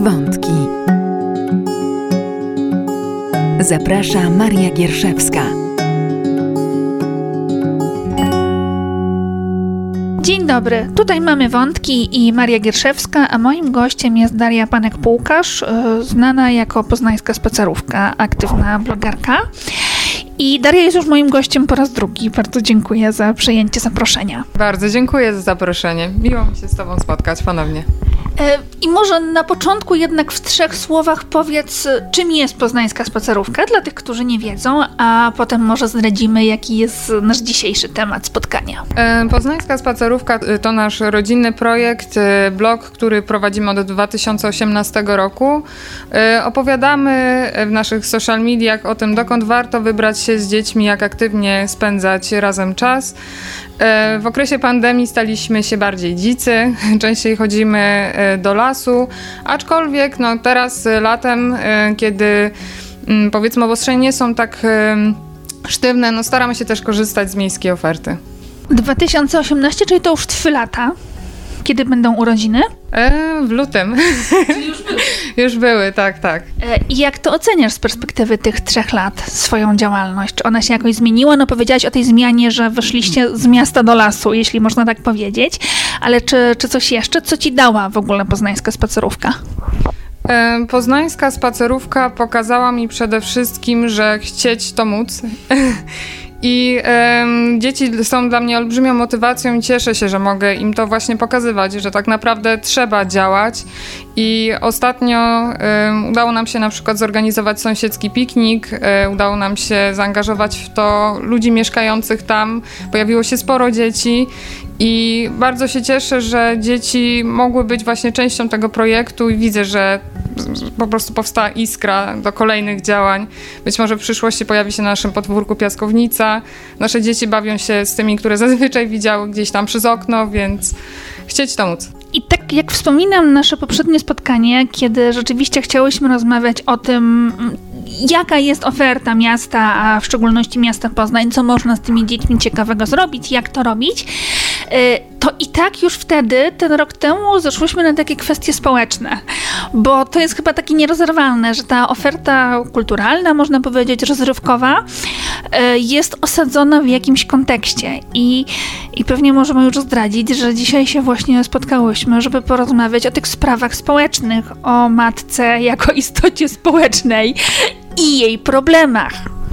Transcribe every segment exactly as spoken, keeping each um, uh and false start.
Wątki. Zaprasza Maria Gierszewska. Dzień dobry, tutaj mamy Wątki i Maria Gierszewska, a moim gościem jest Daria Panek-Pułkarz, znana jako poznańska spacerówka, aktywna blogerka. I Daria jest już moim gościem po raz drugi. Bardzo dziękuję za przyjęcie zaproszenia. Bardzo dziękuję za zaproszenie. Miło mi się z Tobą spotkać ponownie. I może na początku jednak w trzech słowach powiedz, czym jest poznańska spacerówka, dla tych, którzy nie wiedzą, a potem może zdradzimy, jaki jest nasz dzisiejszy temat spotkania. Poznańska spacerówka to nasz rodzinny projekt, blog, który prowadzimy od dwa tysiące osiemnastego roku. Opowiadamy w naszych social mediach o tym, dokąd warto wybrać się z dziećmi, jak aktywnie spędzać razem czas. W okresie pandemii staliśmy się bardziej dzicy, częściej chodzimy do lasu, aczkolwiek no, teraz latem, kiedy powiedzmy obostrzenia nie są tak sztywne, no, staramy się też korzystać z miejskiej oferty. dwa tysiące osiemnasty, czyli to już trzy lata. Kiedy będą urodziny? E, w lutym. Czyli już były. Już były, tak, tak. I jak to oceniasz z perspektywy tych trzech lat, swoją działalność? Czy ona się jakoś zmieniła? No powiedziałaś o tej zmianie, że wyszliście z miasta do lasu, jeśli można tak powiedzieć, ale czy, czy coś jeszcze? Co ci dała w ogóle poznańska spacerówka? E, poznańska spacerówka pokazała mi przede wszystkim, że chcieć to móc. I e, dzieci są dla mnie olbrzymią motywacją i cieszę się, że mogę im to właśnie pokazywać, że tak naprawdę trzeba działać. I ostatnio e, udało nam się na przykład zorganizować sąsiedzki piknik, e, udało nam się zaangażować w to ludzi mieszkających tam, pojawiło się sporo dzieci i bardzo się cieszę, że dzieci mogły być właśnie częścią tego projektu i widzę, że po prostu powstała iskra do kolejnych działań. Być może w przyszłości pojawi się na naszym podwórku piaskownica. Nasze dzieci bawią się z tymi, które zazwyczaj widziały gdzieś tam przez okno, więc chcieć to móc. I tak jak wspominam nasze poprzednie spotkanie, kiedy rzeczywiście chciałyśmy rozmawiać o tym, jaka jest oferta miasta, a w szczególności miasta Poznań, co można z tymi dziećmi ciekawego zrobić, jak to robić, to i tak już wtedy, ten rok temu, zeszłyśmy na takie kwestie społeczne, bo to jest chyba takie nierozerwalne, że ta oferta kulturalna, można powiedzieć rozrywkowa, jest osadzona w jakimś kontekście i, i pewnie możemy już zdradzić, że dzisiaj się właśnie spotkałyśmy, żeby porozmawiać o tych sprawach społecznych, o matce jako istocie społecznej i jej problemach.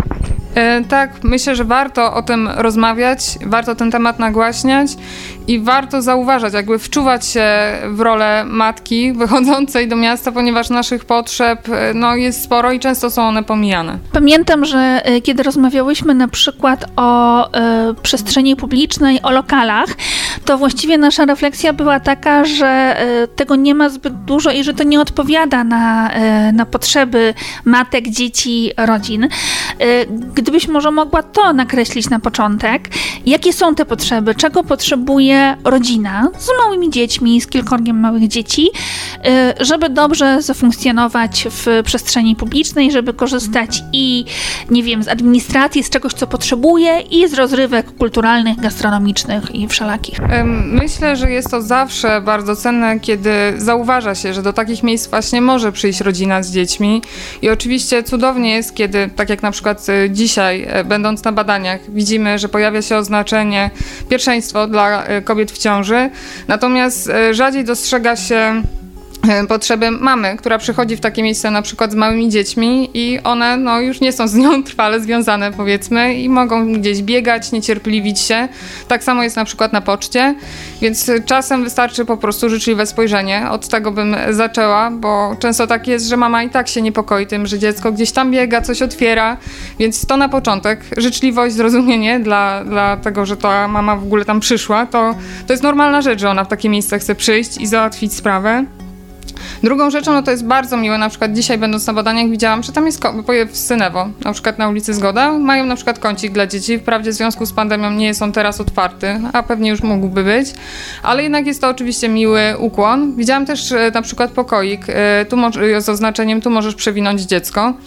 E, tak, myślę, że warto o tym rozmawiać, warto ten temat nagłaśniać i warto zauważać, jakby wczuwać się w rolę matki wychodzącej do miasta, ponieważ naszych potrzeb no, jest sporo i często są one pomijane. Pamiętam, że kiedy rozmawiałyśmy na przykład o y, przestrzeni publicznej, o lokalach, to właściwie nasza refleksja była taka, że y, tego nie ma zbyt dużo i że to nie odpowiada na, y, na potrzeby matek, dzieci, rodzin. Y, gdybyś może mogła to nakreślić na początek, jakie są te potrzeby, czego potrzebuje rodzina z małymi dziećmi, z kilkorgiem małych dzieci, żeby dobrze zafunkcjonować w przestrzeni publicznej, żeby korzystać i, nie wiem, z administracji, z czegoś, co potrzebuje i z rozrywek kulturalnych, gastronomicznych i wszelakich. Myślę, że jest to zawsze bardzo cenne, kiedy zauważa się, że do takich miejsc właśnie może przyjść rodzina z dziećmi i oczywiście cudownie jest, kiedy, tak jak na przykład dzisiaj, będąc na badaniach, widzimy, że pojawia się oznaczenie pierwszeństwo dla kobiet w ciąży, natomiast rzadziej dostrzega się potrzeby mamy, która przychodzi w takie miejsce na przykład z małymi dziećmi i one no, już nie są z nią trwale związane, powiedzmy, i mogą gdzieś biegać, niecierpliwić się. Tak samo jest na przykład na poczcie, więc czasem wystarczy po prostu życzliwe spojrzenie. Od tego bym zaczęła, bo często tak jest, że mama i tak się niepokoi tym, że dziecko gdzieś tam biega, coś otwiera, więc to na początek. Życzliwość, zrozumienie dla, dla tego, że ta mama w ogóle tam przyszła, to, to jest normalna rzecz, że ona w takie miejsce chce przyjść i załatwić sprawę. Drugą rzeczą, no to jest bardzo miłe, na przykład dzisiaj będąc na badaniach widziałam, że tam jest ko- w Synewo, na przykład na ulicy Zgoda, mają na przykład kącik dla dzieci, wprawdzie w związku z pandemią nie jest on teraz otwarty, a pewnie już mógłby być, ale jednak jest to oczywiście miły ukłon. Widziałam też na przykład pokoik, tu mo- z oznaczeniem tu możesz przewinąć dziecko,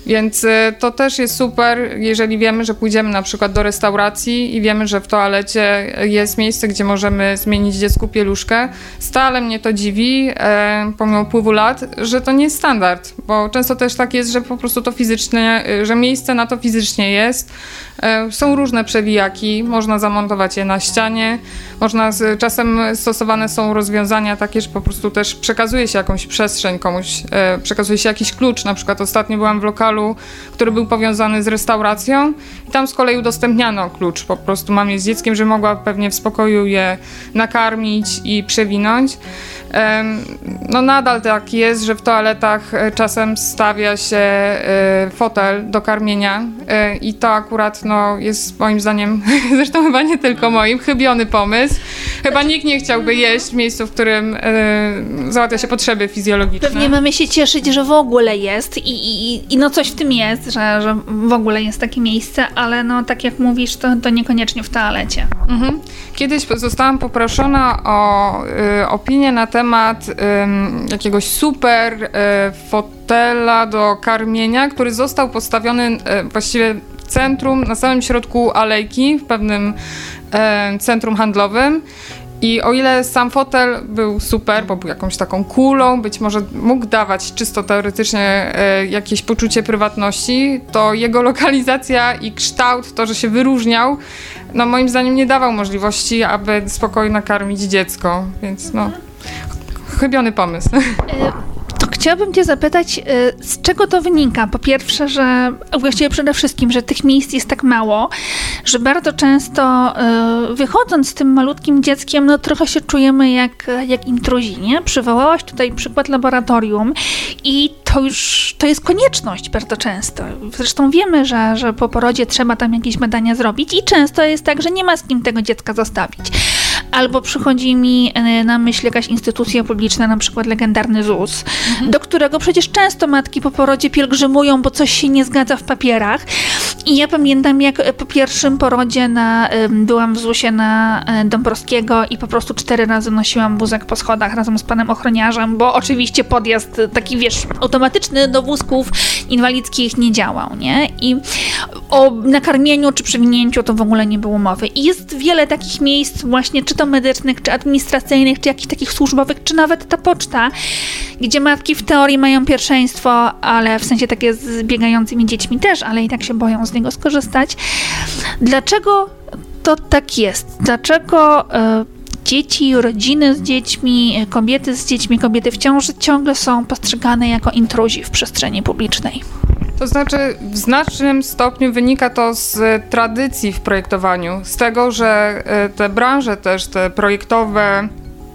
Więc to też jest super, jeżeli wiemy, że pójdziemy na przykład do restauracji i wiemy, że w toalecie jest miejsce, gdzie możemy zmienić dziecku pieluszkę. Stale mnie to dziwi, e, pomimo upływu lat, że to nie jest standard, bo często też tak jest, że po prostu to fizycznie, że miejsce na to fizycznie jest. E, są różne przewijaki, można zamontować je na ścianie, można z, czasem stosowane są rozwiązania takie, że po prostu też przekazuje się jakąś przestrzeń komuś, e, przekazuje się jakiś klucz. Na przykład ostatnio byłam w lokalu, który był powiązany z restauracją i tam z kolei udostępniano klucz po prostu mamie z dzieckiem, że mogła pewnie w spokoju je nakarmić i przewinąć. No nadal tak jest, że w toaletach czasem stawia się fotel do karmienia i to akurat no, jest moim zdaniem, zresztą chyba nie tylko moim, chybiony pomysł. Chyba nikt nie chciałby jeść w miejscu, w którym załatwia się potrzeby fizjologiczne. Pewnie mamy się cieszyć, że w ogóle jest i, i, i no coś w tym jest, że, że w ogóle jest takie miejsce, ale no tak jak mówisz, to, to niekoniecznie w toalecie. Mhm. Kiedyś zostałam poproszona o y, opinię na temat y, jakiegoś super y, fotela do karmienia, który został postawiony y, właściwie w centrum, na samym środku alejki, w pewnym y, centrum handlowym. I o ile sam fotel był super, bo był jakąś taką kulą, być może mógł dawać czysto teoretycznie e, jakieś poczucie prywatności, to jego lokalizacja i kształt, to, że się wyróżniał, no moim zdaniem nie dawał możliwości, aby spokojnie nakarmić dziecko, więc no, chybiony pomysł. To chciałabym cię zapytać, z czego to wynika? Po pierwsze, że właściwie przede wszystkim, że tych miejsc jest tak mało, że bardzo często wychodząc z tym malutkim dzieckiem, no trochę się czujemy jak, jak intruzi, nie? Przywołałaś tutaj przykład laboratorium i to już, to jest konieczność bardzo często. Zresztą wiemy, że, że po porodzie trzeba tam jakieś badania zrobić i często jest tak, że nie ma z kim tego dziecka zostawić. Albo przychodzi mi na myśl jakaś instytucja publiczna, na przykład legendarny Z U S, mhm. do którego przecież często matki po porodzie pielgrzymują, bo coś się nie zgadza w papierach. I ja pamiętam, jak po pierwszym porodzie na, byłam w Z U S ie na Dąbrowskiego i po prostu cztery razy nosiłam wózek po schodach razem z panem ochroniarzem, bo oczywiście podjazd taki, wiesz, automatyczny do wózków inwalidzkich nie działał, nie? I o nakarmieniu czy przewinięciu to w ogóle nie było mowy. I jest wiele takich miejsc właśnie, czy to medycznych, czy administracyjnych, czy jakichś takich służbowych, czy nawet ta poczta, gdzie matki w teorii mają pierwszeństwo, ale w sensie takie z biegającymi dziećmi też, ale i tak się boją z niego skorzystać. Dlaczego to tak jest? Dlaczego y, dzieci, rodziny z dziećmi, kobiety z dziećmi, kobiety w ciąży ciągle są postrzegane jako intruzi w przestrzeni publicznej? To znaczy w znacznym stopniu wynika to z tradycji w projektowaniu, z tego, że te branże też, te projektowe,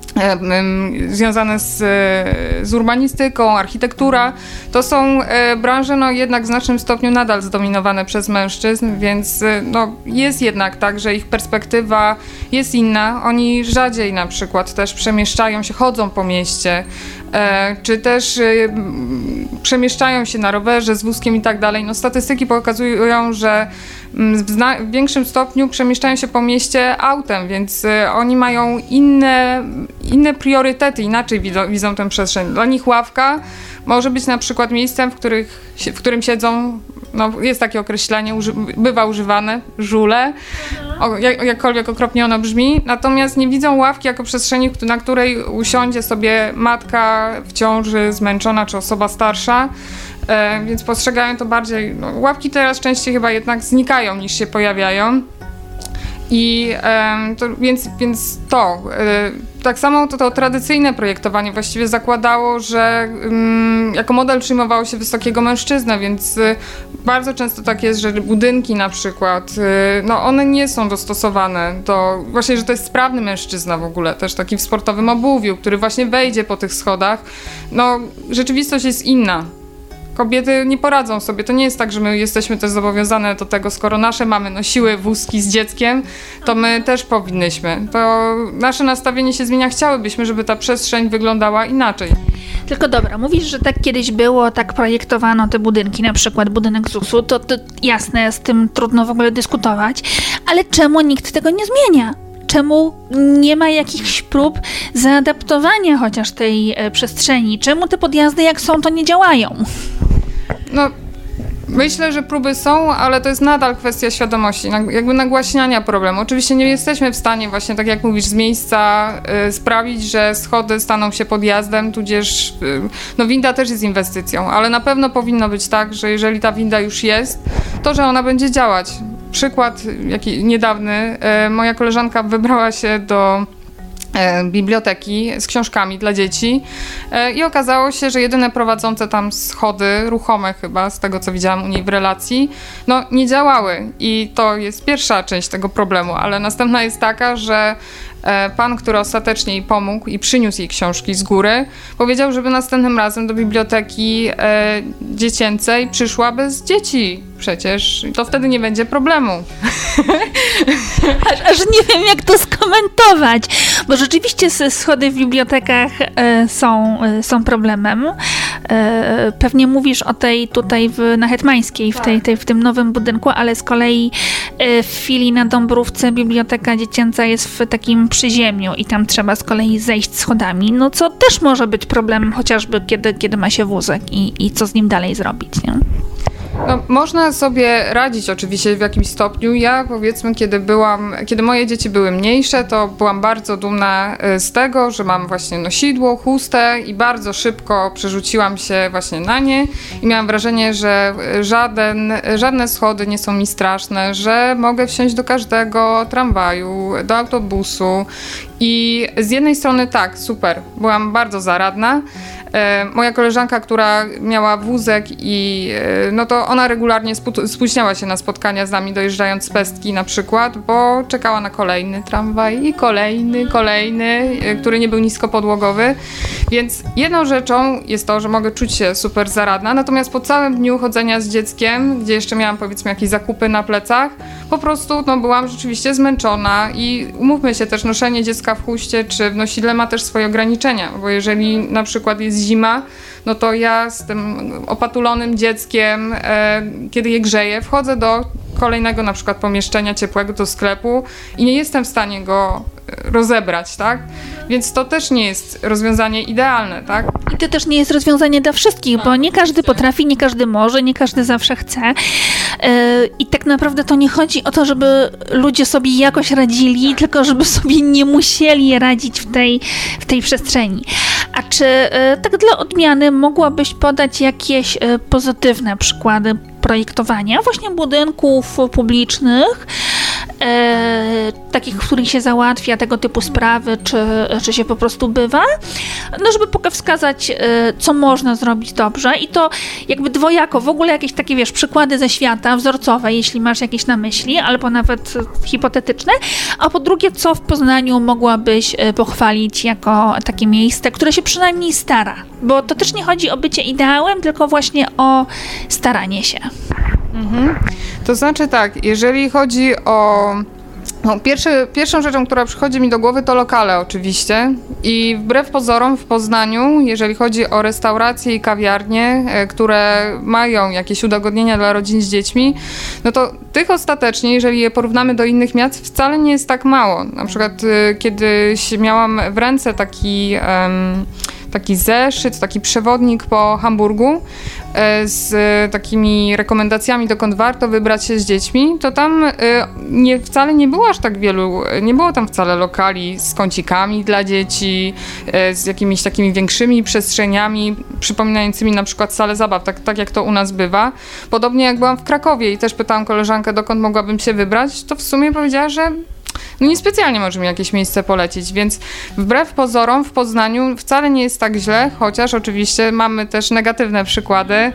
związane z, z urbanistyką, architektura, to są branże no, jednak w znacznym stopniu nadal zdominowane przez mężczyzn, więc no, jest jednak tak, że ich perspektywa jest inna. Oni rzadziej na przykład też przemieszczają się, chodzą po mieście, czy też przemieszczają się na rowerze z wózkiem i tak dalej. No, statystyki pokazują, że w, zna- w większym stopniu przemieszczają się po mieście autem, więc oni mają inne, inne priorytety, inaczej widzą, widzą tę przestrzeń. Dla nich ławka może być na przykład miejscem, w, których, w którym siedzą, no jest takie określenie, uży, bywa używane, żule, o, jak, jakkolwiek okropnie ono brzmi, natomiast nie widzą ławki jako przestrzeni, na której usiądzie sobie matka w ciąży, zmęczona czy osoba starsza, e, więc postrzegają to bardziej, no, ławki teraz częściej chyba jednak znikają niż się pojawiają. I e, to, więc, więc to, e, tak samo to, to tradycyjne projektowanie właściwie zakładało, że um, jako model przyjmowało się wysokiego mężczyznę, więc y, bardzo często tak jest, że budynki na przykład, y, no one nie są dostosowane do, właśnie, że to jest sprawny mężczyzna w ogóle, też taki w sportowym obuwiu, który właśnie wejdzie po tych schodach. No rzeczywistość jest inna. Kobiety nie poradzą sobie. To nie jest tak, że my jesteśmy też zobowiązane do tego, skoro nasze mamy nosiły wózki z dzieckiem, to my też powinnyśmy. To nasze nastawienie się zmienia. Chciałybyśmy, żeby ta przestrzeń wyglądała inaczej. Tylko dobra, mówisz, że tak kiedyś było, tak projektowano te budynki, na przykład budynek Z U S u, to, to jasne, z tym trudno w ogóle dyskutować, ale czemu nikt tego nie zmienia? Czemu nie ma jakichś prób zaadaptowania chociaż tej e, przestrzeni? Czemu te podjazdy jak są, to nie działają? No, Myślę, że próby są, ale to jest nadal kwestia świadomości, jakby nagłaśniania problemu. Oczywiście nie jesteśmy w stanie właśnie, tak jak mówisz, z miejsca y, sprawić, że schody staną się podjazdem, tudzież y, no winda też jest inwestycją, ale na pewno powinno być tak, że jeżeli ta winda już jest, to że ona będzie działać. Przykład jaki niedawny, y, moja koleżanka wybrała się do biblioteki z książkami dla dzieci i okazało się, że jedyne prowadzące tam schody, ruchome chyba, z tego co widziałam u niej w relacji, no nie działały i to jest pierwsza część tego problemu, ale następna jest taka, że pan, który ostatecznie jej pomógł i przyniósł jej książki z góry, powiedział, żeby następnym razem do biblioteki e, dziecięcej przyszła bez dzieci przecież. To wtedy nie będzie problemu. Aż, aż nie wiem, jak to skomentować, bo rzeczywiście schody w bibliotekach e, są, e, są problemem. E, pewnie mówisz o tej tutaj w, na Hetmańskiej, w, tej, tej, w tym nowym budynku, ale z kolei e, w filii na Dąbrówce biblioteka dziecięca jest w takim przyziemiu i tam trzeba z kolei zejść schodami, no co też może być problemem, chociażby kiedy, kiedy ma się wózek i, i co z nim dalej zrobić, nie? No, można sobie radzić oczywiście w jakimś stopniu. Ja powiedzmy, kiedy byłam, kiedy moje dzieci były mniejsze, to byłam bardzo dumna z tego, że mam właśnie nosidło, chustę i bardzo szybko przerzuciłam się właśnie na nie i miałam wrażenie, że żaden, żadne schody nie są mi straszne, że mogę wsiąść do każdego tramwaju, do autobusu i z jednej strony tak, super, byłam bardzo zaradna. Moja koleżanka, która miała wózek i no to ona regularnie spóźniała się na spotkania z nami, dojeżdżając z Pestki na przykład, bo czekała na kolejny tramwaj i kolejny, kolejny, który nie był niskopodłogowy. Więc jedną rzeczą jest to, że mogę czuć się super zaradna, natomiast po całym dniu chodzenia z dzieckiem, gdzie jeszcze miałam powiedzmy jakieś zakupy na plecach, po prostu no, byłam rzeczywiście zmęczona i umówmy się też, noszenie dziecka w chuście czy w nosidle ma też swoje ograniczenia, bo jeżeli na przykład jest zima, no to ja z tym opatulonym dzieckiem, e, kiedy je grzeję, wchodzę do kolejnego na przykład pomieszczenia ciepłego, do sklepu i nie jestem w stanie go rozebrać, tak? Więc to też nie jest rozwiązanie idealne, tak? I to też nie jest rozwiązanie dla wszystkich, bo nie każdy potrafi, nie każdy może, nie każdy zawsze chce. Yy, I tak naprawdę to nie chodzi o to, żeby ludzie sobie jakoś radzili, tylko żeby sobie nie musieli radzić w tej, w tej przestrzeni. A czy yy, tak dla odmiany mogłabyś podać jakieś yy, pozytywne przykłady projektowania właśnie budynków publicznych, E, takich, w których się załatwia tego typu sprawy, czy, czy się po prostu bywa, no żeby wskazać, e, co można zrobić dobrze i to jakby dwojako, w ogóle jakieś takie, wiesz, przykłady ze świata, wzorcowe, jeśli masz jakieś na myśli, albo nawet hipotetyczne, a po drugie, co w Poznaniu mogłabyś pochwalić jako takie miejsce, które się przynajmniej stara, bo to też nie chodzi o bycie ideałem, tylko właśnie o staranie się. Mhm. To znaczy tak, jeżeli chodzi o... No, pierwszy, pierwszą rzeczą, która przychodzi mi do głowy, to lokale oczywiście i wbrew pozorom w Poznaniu, jeżeli chodzi o restauracje i kawiarnie, e, które mają jakieś udogodnienia dla rodzin z dziećmi, no to tych ostatecznie, jeżeli je porównamy do innych miast, wcale nie jest tak mało. Na przykład e, kiedyś miałam w ręce taki... Um, taki zeszyt, taki przewodnik po Hamburgu z takimi rekomendacjami, dokąd warto wybrać się z dziećmi, to tam nie, wcale nie było aż tak wielu, nie było tam wcale lokali z kącikami dla dzieci, z jakimiś takimi większymi przestrzeniami, przypominającymi na przykład salę zabaw, tak, tak jak to u nas bywa. Podobnie jak byłam w Krakowie i też pytałam koleżankę, dokąd mogłabym się wybrać, to w sumie powiedziała, że no niespecjalnie może mi jakieś miejsce polecić, więc wbrew pozorom w Poznaniu wcale nie jest tak źle, chociaż oczywiście mamy też negatywne przykłady,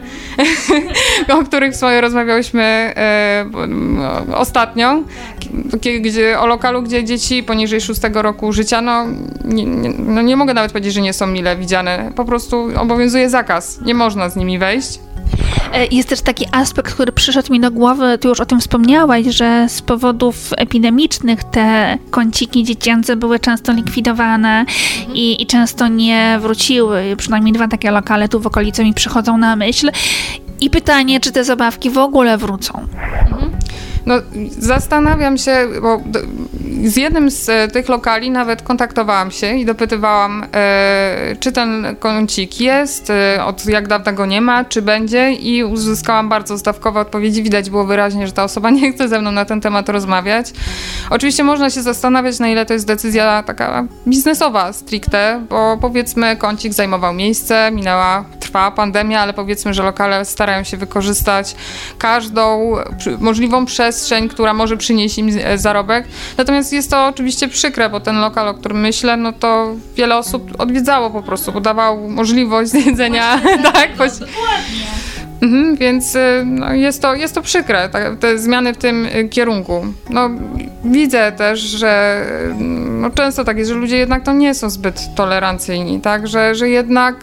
o których sobie rozmawiałyśmy e, ostatnio, gdzie, o lokalu, gdzie dzieci poniżej szóstego roku życia, no nie, nie, no nie mogę nawet powiedzieć, że nie są mile widziane, po prostu obowiązuje zakaz, nie można z nimi wejść. Jest też taki aspekt, który przyszedł mi do głowy, ty już o tym wspomniałaś, że z powodów epidemicznych te kąciki dziecięce były często likwidowane mhm. i, i często nie wróciły. Przynajmniej dwa takie lokale tu w okolicy mi przychodzą na myśl. I pytanie, czy te zabawki w ogóle wrócą? Mhm. No, zastanawiam się, bo z jednym z tych lokali nawet kontaktowałam się i dopytywałam, czy ten kącik jest, od jak dawna go nie ma, czy będzie, i uzyskałam bardzo zdawkowe odpowiedzi. Widać było wyraźnie, że ta osoba nie chce ze mną na ten temat rozmawiać. Oczywiście można się zastanawiać, na ile to jest decyzja taka biznesowa stricte, bo powiedzmy kącik zajmował miejsce, minęła, trwa pandemia, ale powiedzmy, że lokale starają się wykorzystać każdą możliwą przestrzeń, która może przynieść im zarobek. Natomiast jest to oczywiście przykre, bo ten lokal, o którym myślę, no to wiele osób odwiedzało po prostu, bo dawał możliwość zjedzenia. Tak, choć... Mhm, więc no, jest, to, jest to przykre, tak, te zmiany w tym kierunku. No, widzę też, że no, często tak jest, że ludzie jednak to nie są zbyt tolerancyjni, tak, że, że jednak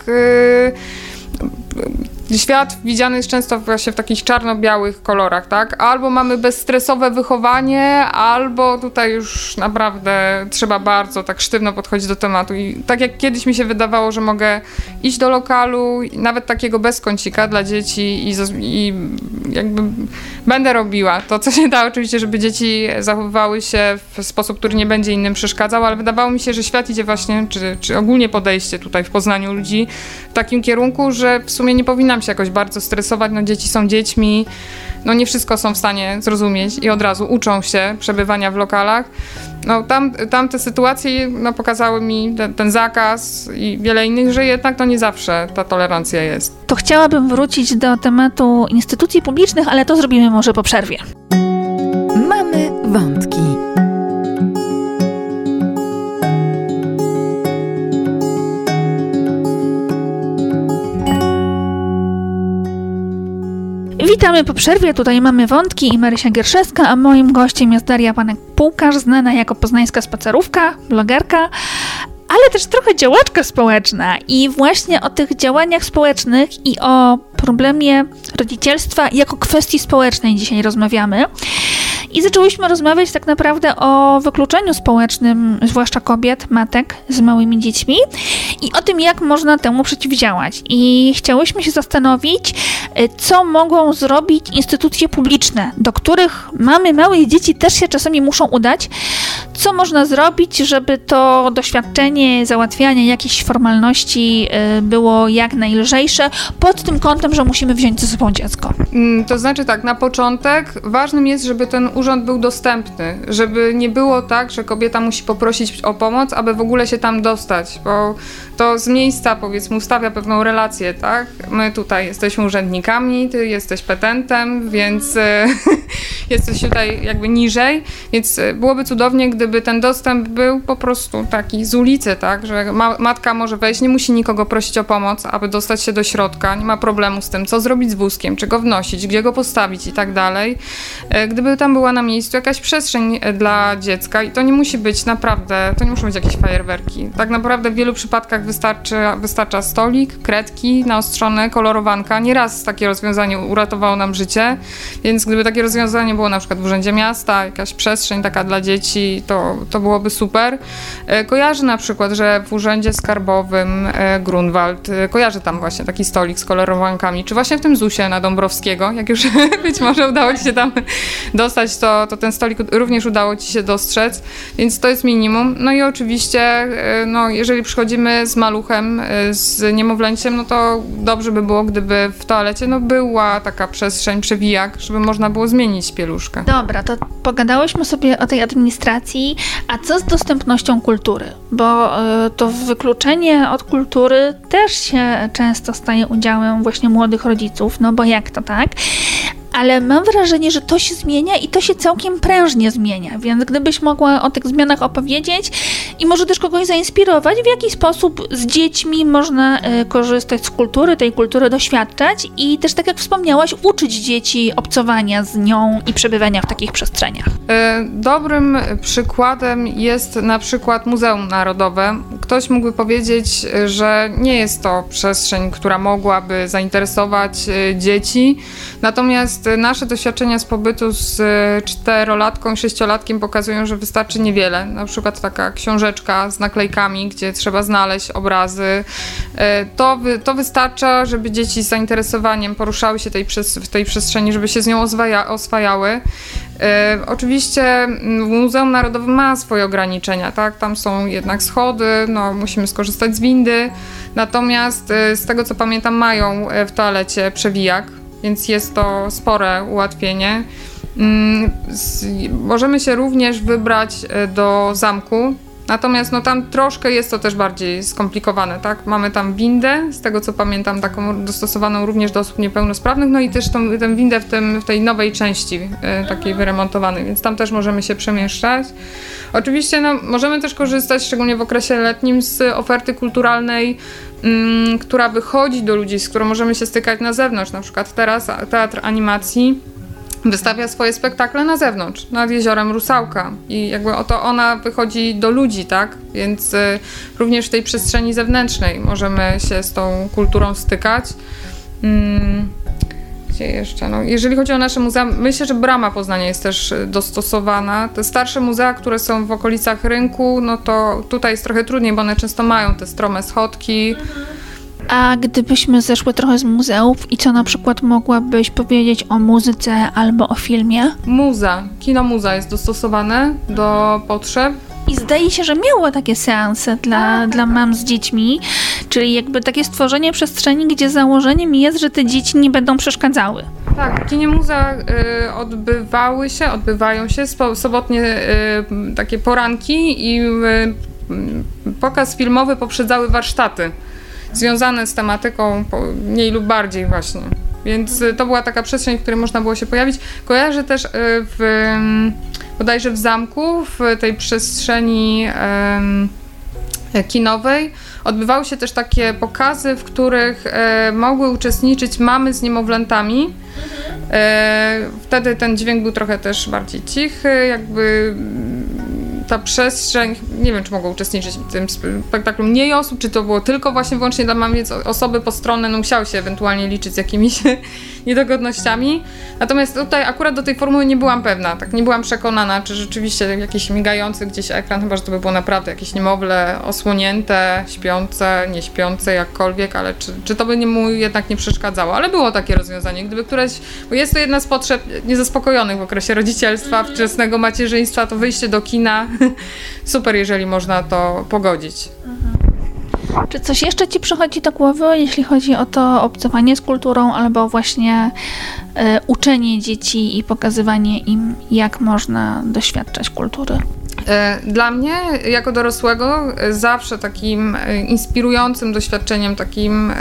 yy, świat widziany jest często właśnie w takich czarno-białych kolorach, tak? Albo mamy bezstresowe wychowanie, albo tutaj już naprawdę trzeba bardzo tak sztywno podchodzić do tematu. I tak jak kiedyś mi się wydawało, że mogę iść do lokalu, nawet takiego bez kącika dla dzieci i, i jakby będę robiła to, co się da oczywiście, żeby dzieci zachowywały się w sposób, który nie będzie innym przeszkadzał, ale wydawało mi się, że świat idzie właśnie, czy, czy ogólnie podejście tutaj w Poznaniu ludzi w takim kierunku, że w sumie nie powinnam się jakoś bardzo stresować, no dzieci są dziećmi, no nie wszystko są w stanie zrozumieć i od razu uczą się przebywania w lokalach. No tam, tam te sytuacje no, pokazały mi ten, ten zakaz i wiele innych, że jednak to nie zawsze ta tolerancja jest. To chciałabym wrócić do tematu instytucji publicznych, ale to zrobimy może po przerwie. Mamy wątki. Witamy po przerwie, tutaj mamy wątki i Marysia Gierszewska, a moim gościem jest Daria Panek-Pułkarz, znana jako poznańska spacerówka, blogerka, ale też trochę działaczka społeczna. I właśnie o tych działaniach społecznych i o problemie rodzicielstwa jako kwestii społecznej dzisiaj rozmawiamy. I zaczęłyśmy rozmawiać tak naprawdę o wykluczeniu społecznym, zwłaszcza kobiet, matek z małymi dziećmi i o tym, jak można temu przeciwdziałać. I chciałyśmy się zastanowić, co mogą zrobić instytucje publiczne, do których mamy małych dzieci też się czasami muszą udać. Co można zrobić, żeby to doświadczenie załatwiania jakichś formalności było jak najlżejsze, pod tym kątem, że musimy wziąć ze sobą dziecko? To znaczy tak, na początek ważnym jest, żeby ten urząd był dostępny, żeby nie było tak, że kobieta musi poprosić o pomoc, aby w ogóle się tam dostać, bo to z miejsca, powiedzmy, ustawia pewną relację, tak? My tutaj jesteśmy urzędnikami, ty jesteś petentem, więc jesteś tutaj jakby niżej, więc byłoby cudownie, gdyby ten dostęp był po prostu taki z ulicy, tak? Że ma- matka może wejść, nie musi nikogo prosić o pomoc, aby dostać się do środka, nie ma problemu z tym, co zrobić z wózkiem, czy go wnosić, gdzie go postawić i tak dalej. Gdyby tam była na miejscu jakaś przestrzeń dla dziecka i to nie musi być naprawdę, to nie muszą być jakieś fajerwerki. Tak naprawdę w wielu przypadkach wystarczy, wystarcza stolik, kredki naostrzone, kolorowanka. Nieraz takie rozwiązanie uratowało nam życie, więc gdyby takie rozwiązanie było na przykład w Urzędzie Miasta, jakaś przestrzeń taka dla dzieci, to, to byłoby super. Kojarzę na przykład, że w Urzędzie Skarbowym Grunwald, kojarzę tam właśnie taki stolik z kolorowankami, czy właśnie w tym zusie na Dąbrowskiego, jak już być może udało ci się tam dostać, to, to ten stolik również udało ci się dostrzec, więc to jest minimum. No i oczywiście, no, jeżeli przychodzimy z maluchem, z niemowlęciem, no to dobrze by było, gdyby w toalecie no, była taka przestrzeń, przewijak, żeby można było zmienić pieluszkę. Dobra, to pogadałyśmy sobie o tej administracji, a co z dostępnością kultury? Bo y, to wykluczenie od kultury też się często staje udziałem właśnie młodych rodziców, no bo jak to tak? Ale mam wrażenie, że to się zmienia i to się całkiem prężnie zmienia, więc gdybyś mogła o tych zmianach opowiedzieć i może też kogoś zainspirować, w jaki sposób z dziećmi można y, korzystać z kultury, tej kultury doświadczać i też, tak jak wspomniałaś, uczyć dzieci obcowania z nią i przebywania w takich przestrzeniach. Dobrym przykładem jest na przykład Muzeum Narodowe. Ktoś mógłby powiedzieć, że nie jest to przestrzeń, która mogłaby zainteresować dzieci, natomiast nasze doświadczenia z pobytu z czterolatką i sześciolatkiem pokazują, że wystarczy niewiele. Na przykład taka książeczka z naklejkami, gdzie trzeba znaleźć obrazy. To, wy, to wystarcza, żeby dzieci z zainteresowaniem poruszały się tej, w tej przestrzeni, żeby się z nią oswaja, oswajały. E, oczywiście Muzeum Narodowe ma swoje ograniczenia, tak? Tam są jednak schody, no, musimy skorzystać z windy, natomiast e, z tego co pamiętam mają w toalecie przewijak, więc jest to spore ułatwienie. Mm, z, możemy się również wybrać do zamku, natomiast no, tam troszkę jest to też bardziej skomplikowane, tak? Mamy tam windę, z tego co pamiętam, taką dostosowaną również do osób niepełnosprawnych, no i też tą, tę windę w, tym, w tej nowej części e, takiej wyremontowanej, więc tam też możemy się przemieszczać. Oczywiście no, możemy też korzystać, szczególnie w okresie letnim, z oferty kulturalnej, mm, która wychodzi do ludzi, z którą możemy się stykać na zewnątrz. Na przykład teraz Teatr Animacji wystawia swoje spektakle na zewnątrz, nad jeziorem Rusałka i jakby oto ona wychodzi do ludzi, tak? Więc y, również w tej przestrzeni zewnętrznej możemy się z tą kulturą stykać. Hmm, gdzie jeszcze? No, jeżeli chodzi o nasze muzea, myślę, że Brama Poznania jest też dostosowana. Te starsze muzea, które są w okolicach rynku, no to tutaj jest trochę trudniej, bo one często mają te strome schodki. A gdybyśmy zeszły trochę z muzeów i co na przykład mogłabyś powiedzieć o muzyce albo o filmie? Muza, kino muza jest dostosowane do potrzeb. I zdaje się, że miało takie seanse dla, dla mam z dziećmi, czyli jakby takie stworzenie przestrzeni, gdzie założeniem jest, że te dzieci nie będą przeszkadzały. Tak, w kinie muza y, odbywały się, odbywają się spo, sobotnie y, takie poranki i y, pokaz filmowy poprzedzały warsztaty związane z tematyką mniej lub bardziej właśnie. Więc to była taka przestrzeń, w której można było się pojawić. Kojarzę też w, bodajże w zamku, w tej przestrzeni um, kinowej odbywały się też takie pokazy, w których e, mogły uczestniczyć mamy z niemowlętami. E, wtedy ten dźwięk był trochę też bardziej cichy, jakby ta przestrzeń, nie wiem, czy mogło uczestniczyć w tym spektaklu mniej osób, czy to było tylko właśnie wyłącznie dla mam, więc osoby postronne no, musiały się ewentualnie liczyć z jakimiś niedogodnościami. Natomiast tutaj akurat do tej formuły nie byłam pewna, tak nie byłam przekonana, czy rzeczywiście jakiś migający gdzieś ekran, chyba że to by było naprawdę jakieś niemowlę osłonięte, śpiące, nieśpiące, jakkolwiek, ale czy, czy to by nie mu jednak nie przeszkadzało. Ale było takie rozwiązanie, gdyby któreś, bo jest to jedna z potrzeb niezaspokojonych w okresie rodzicielstwa, wczesnego macierzyństwa, to wyjście do kina, super, jeżeli można to pogodzić. Czy coś jeszcze ci przychodzi do głowy, jeśli chodzi o to obcowanie z kulturą, albo właśnie e, uczenie dzieci i pokazywanie im, jak można doświadczać kultury? Dla mnie, jako dorosłego, zawsze takim inspirującym doświadczeniem, takim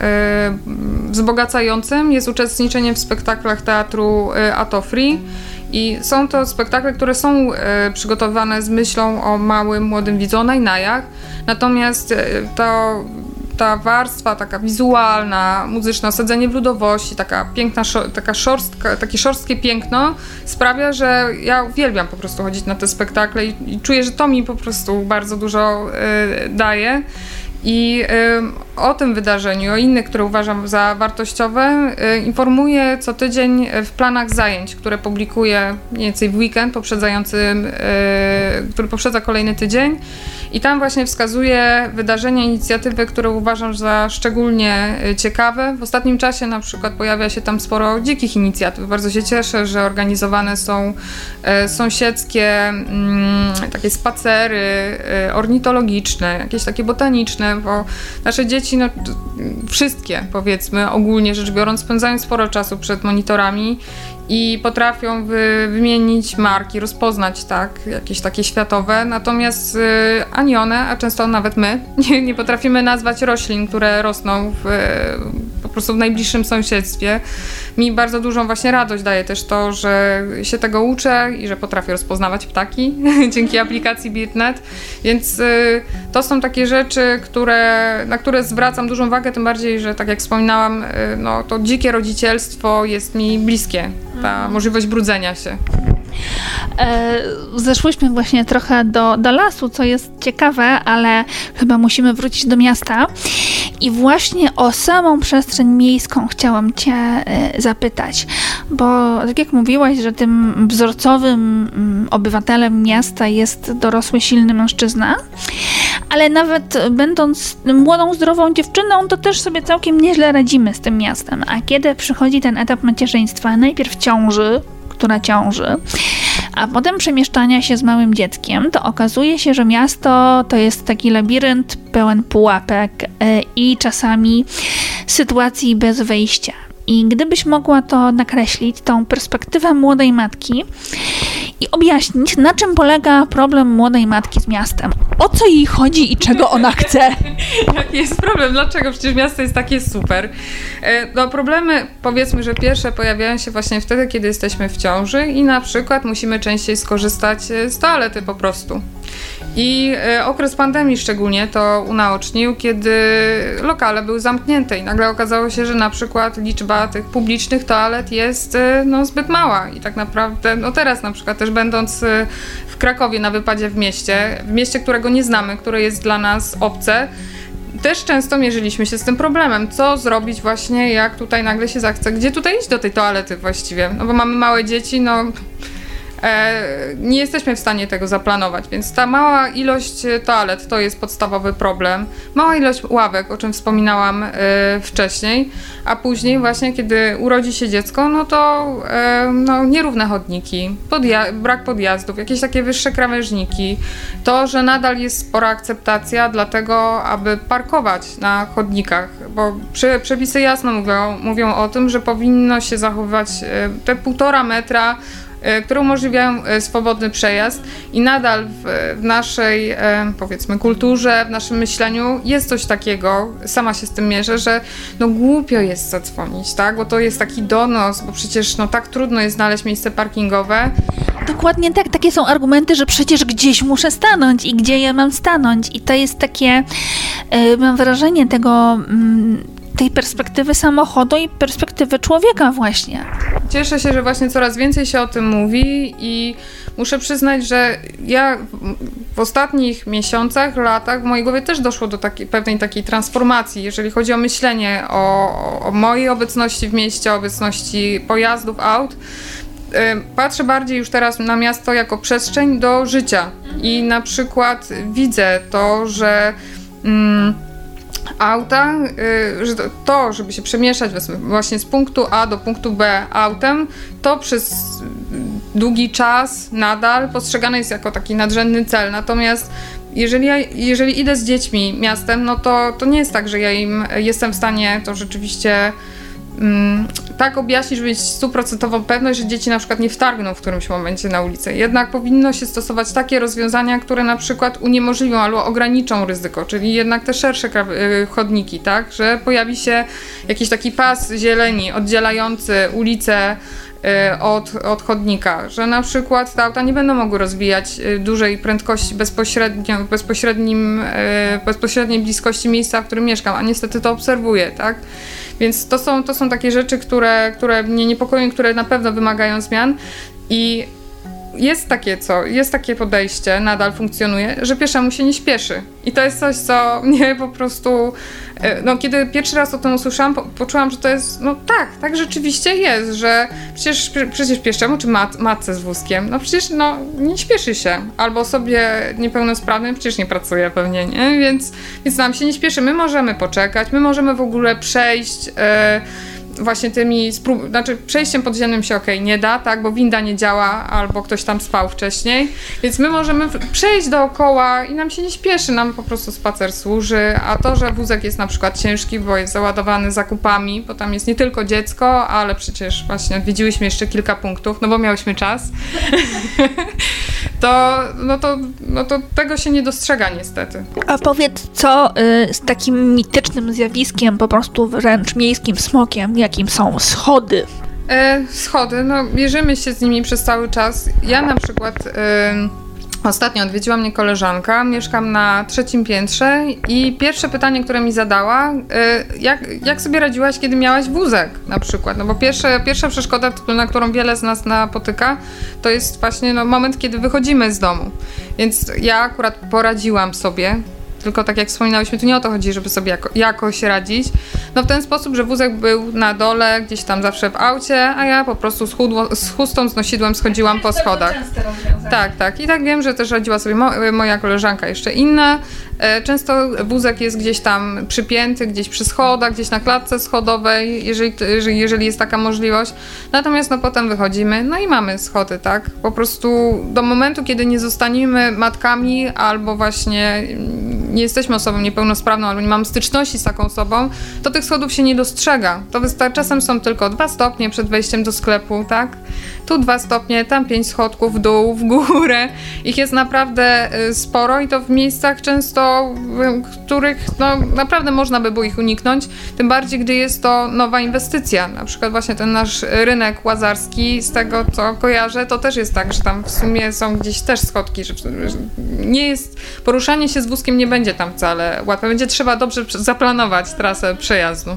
wzbogacającym jest uczestniczenie w spektaklach teatru Atofri. I są to spektakle, które są przygotowane z myślą o małym, młodym widzu, o najnajach. Natomiast to ta warstwa taka wizualna, muzyczna, osadzenie w ludowości, taka piękna, taka szorstka, takie szorstkie piękno sprawia, że ja uwielbiam po prostu chodzić na te spektakle i, i czuję, że to mi po prostu bardzo dużo y, daje. I y, o tym wydarzeniu, o innych, które uważam za wartościowe, y, informuję co tydzień w planach zajęć, które publikuję mniej więcej w weekend poprzedzający, y, który poprzedza kolejny tydzień. I tam właśnie wskazuję wydarzenia, inicjatywy, które uważam za szczególnie ciekawe. W ostatnim czasie na przykład pojawia się tam sporo dzikich inicjatyw. Bardzo się cieszę, że organizowane są e, sąsiedzkie m, takie spacery e, ornitologiczne, jakieś takie botaniczne, bo nasze dzieci, no wszystkie powiedzmy, ogólnie rzecz biorąc, spędzają sporo czasu przed monitorami i potrafią wy, wymienić marki, rozpoznać tak, jakieś takie światowe, natomiast y, ani one, a często nawet my, nie, nie potrafimy nazwać roślin, które rosną w, po prostu w najbliższym sąsiedztwie. Mi bardzo dużą właśnie radość daje też to, że się tego uczę i że potrafię rozpoznawać ptaki dzięki aplikacji BirdNet, więc y, to są takie rzeczy, które, na które zwracam dużą uwagę, tym bardziej, że tak jak wspominałam, y, no, to dzikie rodzicielstwo jest mi bliskie. Ta możliwość brudzenia się. E, zeszłyśmy właśnie trochę do, do lasu, co jest ciekawe, ale chyba musimy wrócić do miasta. I właśnie o samą przestrzeń miejską chciałam cię e, zapytać, bo tak jak mówiłaś, że tym wzorcowym m, obywatelem miasta jest dorosły, silny mężczyzna, ale nawet będąc młodą, zdrową dziewczyną, to też sobie całkiem nieźle radzimy z tym miastem. A kiedy przychodzi ten etap macierzyństwa, najpierw ciąży, która ciąży, a potem przemieszczania się z małym dzieckiem, to okazuje się, że miasto to jest taki labirynt pełen pułapek i czasami sytuacji bez wyjścia. I gdybyś mogła to nakreślić, tą perspektywę młodej matki i objaśnić, na czym polega problem młodej matki z miastem. O co jej chodzi i czego ona chce? Jaki jest problem? Dlaczego? Przecież miasto jest takie super. No problemy, powiedzmy, że pierwsze pojawiają się właśnie wtedy, kiedy jesteśmy w ciąży i na przykład musimy częściej skorzystać z toalety po prostu. I okres pandemii szczególnie to unaocznił, kiedy lokale były zamknięte i nagle okazało się, że na przykład liczba tych publicznych toalet jest no, zbyt mała i tak naprawdę, no teraz na przykład też będąc w Krakowie na wypadzie w mieście, w mieście, którego nie znamy, które jest dla nas obce, też często mierzyliśmy się z tym problemem, co zrobić właśnie, jak tutaj nagle się zachce, gdzie tutaj iść do tej toalety właściwie, no bo mamy małe dzieci, no e, nie jesteśmy w stanie tego zaplanować, więc ta mała ilość toalet to jest podstawowy problem, mała ilość ławek, o czym wspominałam e, wcześniej, a później właśnie, kiedy urodzi się dziecko, no to e, no, nierówne chodniki, podja- brak podjazdów, jakieś takie wyższe krawężniki, to, że nadal jest spora akceptacja dlatego, aby parkować na chodnikach, bo przy, przepisy jasno mówią, mówią o tym, że powinno się zachowywać e, te półtora metra, które umożliwiają swobodny przejazd i nadal w, w naszej, powiedzmy, kulturze, w naszym myśleniu jest coś takiego, sama się z tym mierzę, że no głupio jest zadzwonić, tak, bo to jest taki donos, bo przecież no tak trudno jest znaleźć miejsce parkingowe. Dokładnie tak, takie są argumenty, że przecież gdzieś muszę stanąć i gdzie ja mam stanąć i to jest takie, yy, mam wrażenie tego, yy, tej perspektywy samochodu i perspektywy człowieka właśnie. Cieszę się, że właśnie coraz więcej się o tym mówi i muszę przyznać, że ja w ostatnich miesiącach, latach w mojej głowie też doszło do takiej, pewnej takiej transformacji, jeżeli chodzi o myślenie o, o mojej obecności w mieście, o obecności pojazdów, aut. Patrzę bardziej już teraz na miasto jako przestrzeń do życia i na przykład widzę to, że mm, auta, że to, żeby się przemieszczać właśnie z punktu A do punktu B autem, to przez długi czas nadal postrzegane jest jako taki nadrzędny cel. Natomiast jeżeli, ja, jeżeli idę z dziećmi miastem, no to, to nie jest tak, że ja im jestem w stanie to rzeczywiście mm, tak objaśnić, żeby mieć stuprocentową pewność, że dzieci na przykład nie wtargną w którymś momencie na ulicę. Jednak powinno się stosować takie rozwiązania, które na przykład uniemożliwią albo ograniczą ryzyko, czyli jednak te szersze chodniki, tak, że pojawi się jakiś taki pas zieleni oddzielający ulicę Od, od chodnika, że na przykład te auta nie będą mogły rozwijać dużej prędkości bezpośrednio, w bezpośrednim, bezpośredniej bliskości miejsca, w którym mieszkam, a niestety to obserwuję, tak? Więc to są, to są takie rzeczy, które, które mnie niepokoją, które na pewno wymagają zmian i jest takie co, jest takie podejście, nadal funkcjonuje, że pieszemu się nie śpieszy. I to jest coś, co mnie po prostu, no kiedy pierwszy raz o tym usłyszałam, po, poczułam, że to jest, no tak, tak rzeczywiście jest, że przecież, przecież pieszemu czy mat, matce z wózkiem, no przecież no nie śpieszy się. Albo osobie niepełnosprawnej przecież nie pracuje pewnie, nie? Więc, więc nam się nie śpieszy. My możemy poczekać, my możemy w ogóle przejść yy, właśnie tymi, sprób- znaczy przejściem podziemnym się okej, okay, nie da, tak, bo winda nie działa albo ktoś tam spał wcześniej, więc my możemy przejść dookoła i nam się nie śpieszy, nam po prostu spacer służy, a to, że wózek jest na przykład ciężki, bo jest załadowany zakupami, bo tam jest nie tylko dziecko, ale przecież właśnie odwiedziłyśmy jeszcze kilka punktów, no bo miałyśmy czas, to, no to, no to tego się nie dostrzega niestety. A powiedz, co y, z takim mitycznym zjawiskiem, po prostu wręcz miejskim smokiem, jakim są schody? E, schody, no mierzymy się z nimi przez cały czas. Ja na przykład e, ostatnio odwiedziła mnie koleżanka, mieszkam na trzecim piętrze i pierwsze pytanie, które mi zadała, e, jak, jak sobie radziłaś, kiedy miałaś wózek na przykład, no bo pierwsze, pierwsza przeszkoda, na którą wiele z nas napotyka, to jest właśnie no, moment, kiedy wychodzimy z domu, więc ja akurat poradziłam sobie. Tylko tak jak wspominałyśmy, tu nie o to chodzi, żeby sobie jako, jakoś radzić. No w ten sposób, że wózek był na dole, gdzieś tam zawsze w aucie, a ja po prostu z, chudło, z chustą, z nosidłem schodziłam po schodach. Tak, tak. I tak wiem, że też radziła sobie mo- moja koleżanka jeszcze inna. Często wózek jest gdzieś tam przypięty, gdzieś przy schodach, gdzieś na klatce schodowej, jeżeli, jeżeli jest taka możliwość. Natomiast no potem wychodzimy, no i mamy schody, tak? Po prostu do momentu, kiedy nie zostaniemy matkami albo właśnie nie jesteśmy osobą niepełnosprawną albo nie mamy styczności z taką osobą, to tych schodów się nie dostrzega. To wystarczy, czasem są tylko dwa stopnie przed wejściem do sklepu, tak? Tu dwa stopnie, tam pięć schodków w dół, w górę. Ich jest naprawdę sporo i to w miejscach często, w których no, naprawdę można by było ich uniknąć, tym bardziej, gdy jest to nowa inwestycja. Na przykład właśnie ten nasz rynek łazarski, z tego co kojarzę, to też jest tak, że tam w sumie są gdzieś też schodki, że nie jest, poruszanie się z wózkiem nie będzie tam wcale łatwe. Będzie trzeba dobrze zaplanować trasę przejazdu.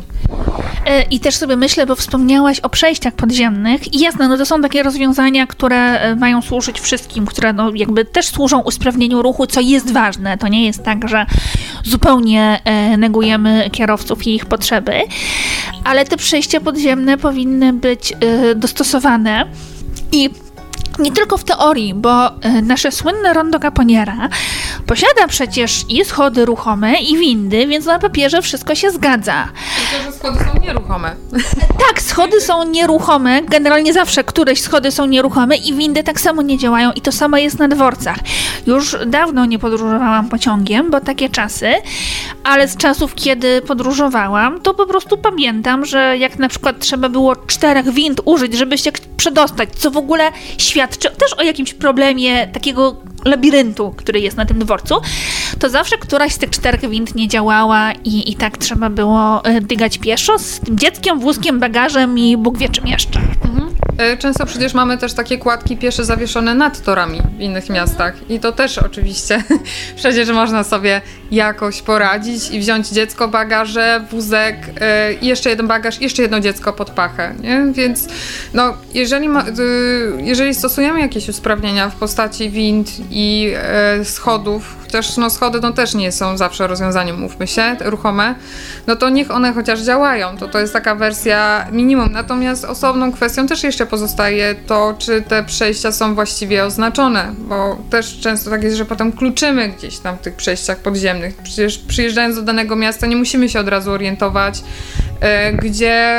I też sobie myślę, bo wspomniałaś o przejściach podziemnych i jasne, no to są takie rozwiązania, które mają służyć wszystkim, które no jakby też służą usprawnieniu ruchu, co jest ważne. To nie jest tak, że zupełnie negujemy kierowców i ich potrzeby, ale te przejścia podziemne powinny być dostosowane i nie tylko w teorii, bo nasze słynne rondo Caponiera posiada przecież i schody ruchome, i windy, więc na papierze wszystko się zgadza. Tylko, że schody są nieruchome. Tak, schody są nieruchome, generalnie zawsze któreś schody są nieruchome i windy tak samo nie działają i to samo jest na dworcach. Już dawno nie podróżowałam pociągiem, bo takie czasy, ale z czasów, kiedy podróżowałam, to po prostu pamiętam, że jak na przykład trzeba było czterech wind użyć, żeby się przedostać, co w ogóle świadczy też o jakimś problemie takiego labiryntu, który jest na tym dworcu, to zawsze któraś z tych czterech wind nie działała i, i tak trzeba było dygać pieszo z tym dzieckiem, wózkiem, bagażem i Bóg wie czym jeszcze. Mhm. Często przecież mamy też takie kładki piesze zawieszone nad torami w innych miastach i to też oczywiście przecież można sobie jakoś poradzić i wziąć dziecko, bagaże, wózek i jeszcze jeden bagaż, jeszcze jedno dziecko pod pachę, nie? Więc no, jeżeli, ma, jeżeli stosujemy jakieś usprawnienia w postaci wind i schodów, chociaż no, schody no, też nie są zawsze rozwiązaniem, mówmy się, ruchome, no to niech one chociaż działają, to to jest taka wersja minimum. Natomiast osobną kwestią też jeszcze pozostaje to, czy te przejścia są właściwie oznaczone, bo też często tak jest, że potem kluczymy gdzieś tam w tych przejściach podziemnych. Przecież przyjeżdżając do danego miasta nie musimy się od razu orientować, e, gdzie,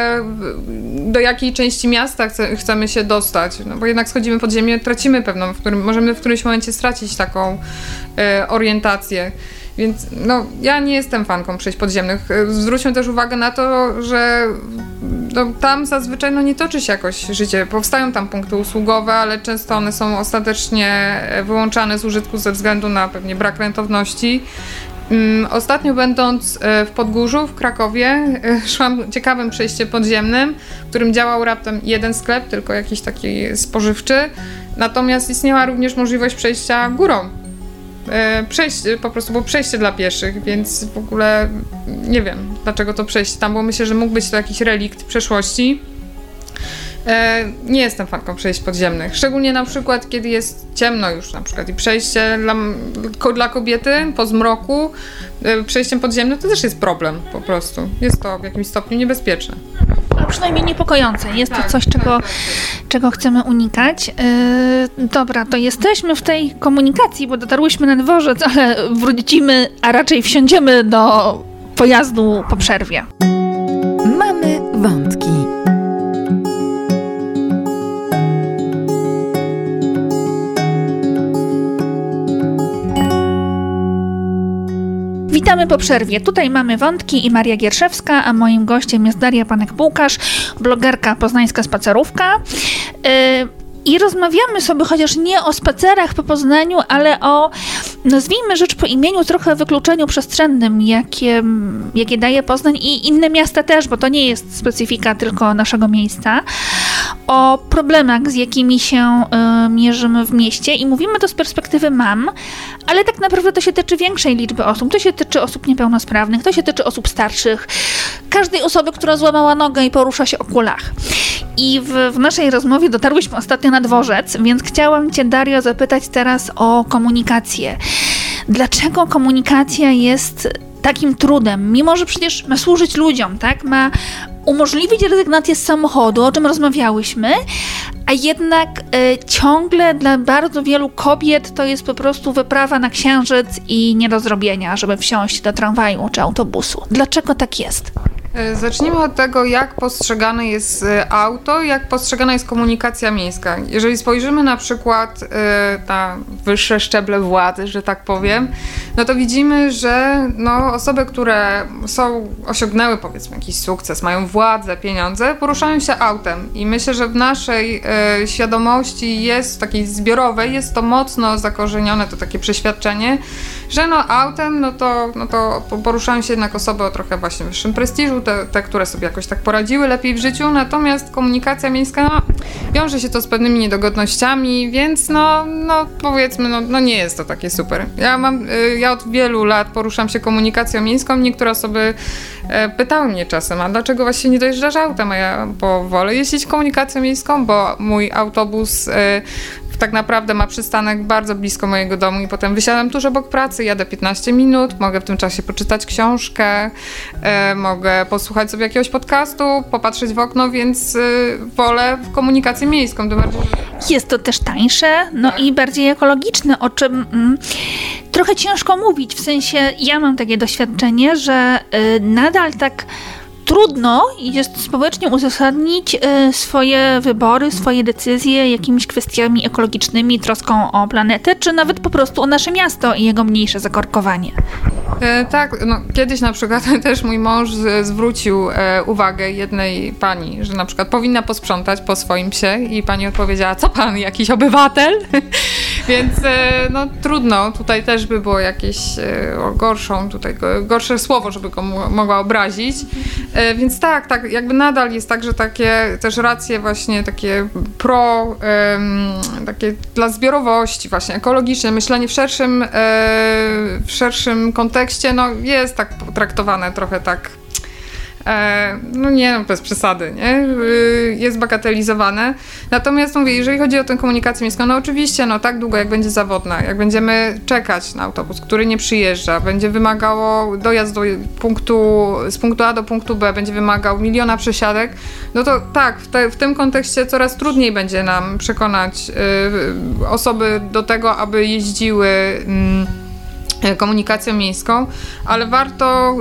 do jakiej części miasta chce, chcemy się dostać, no bo jednak schodzimy pod ziemię, tracimy pewną, w którym, możemy w którymś momencie stracić taką e, orientację. Więc no, ja nie jestem fanką przejść podziemnych. Zwróćmy też uwagę na to, że no, tam zazwyczaj no, nie toczy się jakoś życie. Powstają tam punkty usługowe, ale często one są ostatecznie wyłączane z użytku ze względu na pewnie brak rentowności. Ostatnio będąc w Podgórzu, w Krakowie, szłam ciekawym przejściem podziemnym, w którym działał raptem jeden sklep, tylko jakiś taki spożywczy. Natomiast istniała również możliwość przejścia górą. Przejście, po prostu było przejście dla pieszych, więc w ogóle nie wiem, dlaczego to przejście tam, bo myślę, że mógł być to jakiś relikt przeszłości. Nie jestem fanką przejść podziemnych, szczególnie na przykład, kiedy jest ciemno już na przykład i przejście dla, dla kobiety po zmroku, przejściem podziemnym to też jest problem po prostu. Jest to w jakimś stopniu niebezpieczne. A przynajmniej niepokojące. Jest tak, to coś, czego, tak, tak. czego chcemy unikać. Yy, dobra, to jesteśmy w tej komunikacji, bo dotarłyśmy na dworzec, ale wrócimy, a raczej wsiądziemy do pojazdu po przerwie. Mamy wątki. Witamy po przerwie. Tutaj mamy wątki i Maria Gierszewska, a moim gościem jest Daria Panek-Pułkarz, blogerka Poznańska Spacerówka. Yy, I rozmawiamy sobie, chociaż nie o spacerach po Poznaniu, ale o, nazwijmy rzecz po imieniu, trochę wykluczeniu przestrzennym, jakie, jakie daje Poznań i inne miasta też, bo to nie jest specyfika tylko naszego miejsca. O problemach, z jakimi się y, mierzymy w mieście i mówimy to z perspektywy mam, ale tak naprawdę to się tyczy większej liczby osób. To się tyczy osób niepełnosprawnych, to się tyczy osób starszych, każdej osoby, która złamała nogę i porusza się o kulach. I w, w naszej rozmowie dotarłyśmy ostatnio na dworzec, więc chciałam Cię, Dario, zapytać teraz o komunikację. Dlaczego komunikacja jest takim trudem, mimo że przecież ma służyć ludziom, tak? Ma umożliwić rezygnację z samochodu, o czym rozmawiałyśmy, a jednak y, ciągle dla bardzo wielu kobiet to jest po prostu wyprawa na Księżyc i nie do zrobienia, żeby wsiąść do tramwaju czy autobusu. Dlaczego tak jest? Zacznijmy od tego, jak postrzegane jest auto, jak postrzegana jest komunikacja miejska. Jeżeli spojrzymy na przykład na wyższe szczeble władzy, że tak powiem, no to widzimy, że no, osoby, które są, osiągnęły powiedzmy jakiś sukces, mają władzę, pieniądze, poruszają się autem i myślę, że w naszej e, świadomości jest, takiej zbiorowej, jest to mocno zakorzenione, to takie przeświadczenie, że no autem, no to, no to poruszają się jednak osoby o trochę właśnie wyższym prestiżu, te, te, które sobie jakoś tak poradziły lepiej w życiu, natomiast komunikacja miejska, no, wiąże się to z pewnymi niedogodnościami, więc no, no powiedzmy, no, no nie jest to takie super. Ja mam, ja od wielu lat poruszam się komunikacją miejską, niektóre osoby pytały mnie czasem, a dlaczego właśnie nie dojeżdżasz autem, a ja bo wolę jeździć komunikacją miejską, bo mój autobus tak naprawdę ma przystanek bardzo blisko mojego domu i potem wysiadam tuż obok pracy, jadę piętnaście minut, mogę w tym czasie poczytać książkę, e, mogę posłuchać sobie jakiegoś podcastu, popatrzeć w okno, więc e, wolę komunikację miejską. To bardziej... Jest to też tańsze, no tak. I bardziej ekologiczne, o czym mm, trochę ciężko mówić, w sensie ja mam takie doświadczenie, że y, nadal tak trudno jest społecznie uzasadnić y, swoje wybory, swoje decyzje jakimiś kwestiami ekologicznymi, troską o planetę, czy nawet po prostu o nasze miasto i jego mniejsze zakorkowanie. E, tak, no, kiedyś na przykład też mój mąż z, zwrócił e, uwagę jednej pani, że na przykład powinna posprzątać po swoim psie i pani odpowiedziała, co pan, jakiś obywatel? Więc e, no trudno, tutaj też by było jakieś e, gorszą, tutaj gorsze słowo, żeby go m- mogła obrazić. E, więc tak, tak, jakby nadal jest tak, że takie też racje właśnie takie pro, e, takie dla zbiorowości właśnie, ekologiczne, myślenie w szerszym, e, w szerszym kontekście, no jest tak traktowane trochę tak, e, no nie, no bez przesady, nie? E, jest bagatelizowane. Natomiast mówię, jeżeli chodzi o tę komunikację miejską, no oczywiście, no tak długo jak będzie zawodna, jak będziemy czekać na autobus, który nie przyjeżdża, będzie wymagało dojazd do punktu, z punktu A do punktu B, będzie wymagał miliona przesiadek, no to tak, w, te, w tym kontekście coraz trudniej będzie nam przekonać y, osoby do tego, aby jeździły y, komunikacją miejską, ale warto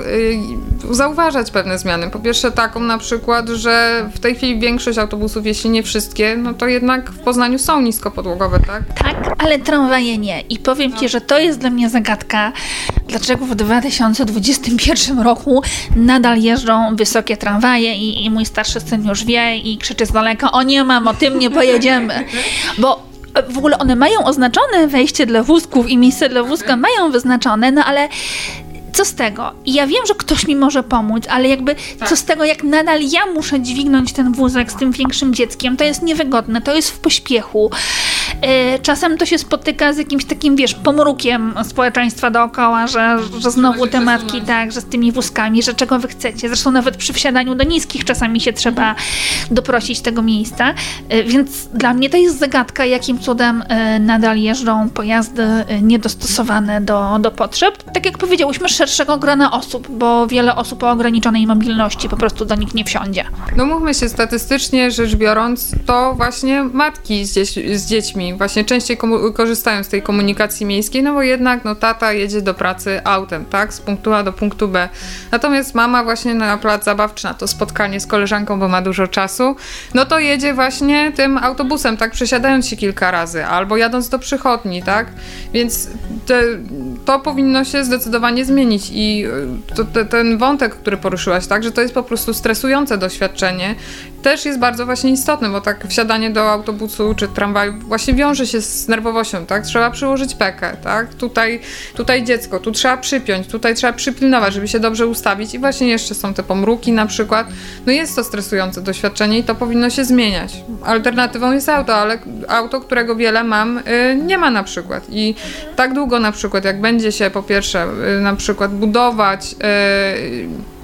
y, zauważać pewne zmiany. Po pierwsze taką na przykład, że w tej chwili większość autobusów, jeśli nie wszystkie, no to jednak w Poznaniu są niskopodłogowe, tak? Tak, ale tramwaje nie. I powiem Ci, że to jest dla mnie zagadka, dlaczego w dwa tysiące dwudziestym pierwszym roku nadal jeżdżą wysokie tramwaje i, i mój starszy syn już wie i krzyczy z daleka, o nie mamo, tym nie pojedziemy. Bo w ogóle one mają oznaczone wejście dla wózków i miejsce dla wózka mają wyznaczone, no ale co z tego? I ja wiem, że ktoś mi może pomóc, ale jakby tak. Co z tego, jak nadal ja muszę dźwignąć ten wózek z tym większym dzieckiem, to jest niewygodne, to jest w pośpiechu. Yy, czasem to się spotyka z jakimś takim, wiesz, pomrukiem społeczeństwa dookoła, że, że znowu te matki, tak, że z tymi wózkami, że czego wy chcecie. Zresztą nawet przy wsiadaniu do niskich czasami się trzeba doprosić tego miejsca. Yy, więc dla mnie to jest zagadka, jakim cudem yy, nadal jeżdżą pojazdy yy, niedostosowane do, do potrzeb. Tak jak powiedziałyśmy, szerszego grona osób, bo wiele osób o ograniczonej mobilności po prostu do nich nie wsiądzie. No mówmy się, statystycznie rzecz biorąc, to właśnie matki z, dzieś- z dziećmi właśnie częściej komu- korzystają z tej komunikacji miejskiej, no bo jednak no tata jedzie do pracy autem, tak, z punktu A do punktu B. Natomiast mama właśnie na plac zabaw, czy na to spotkanie z koleżanką, bo ma dużo czasu, no to jedzie właśnie tym autobusem, tak, przesiadając się kilka razy, albo jadąc do przychodni, tak, więc te, to powinno się zdecydowanie zmienić i to, te, ten wątek, który poruszyłaś, tak, że to jest po prostu stresujące doświadczenie, też jest bardzo właśnie istotny, bo tak wsiadanie do autobusu czy tramwaju właśnie wiąże się z nerwowością, tak? Trzeba przyłożyć pekę, tak? Tutaj, tutaj dziecko, tu trzeba przypiąć, tutaj trzeba przypilnować, żeby się dobrze ustawić i właśnie jeszcze są te pomruki na przykład. No jest to stresujące doświadczenie i to powinno się zmieniać. Alternatywą jest auto, ale auto, którego wiele mam, yy, nie ma na przykład i tak długo na przykład, jak będzie się po pierwsze yy, na przykład budować yy,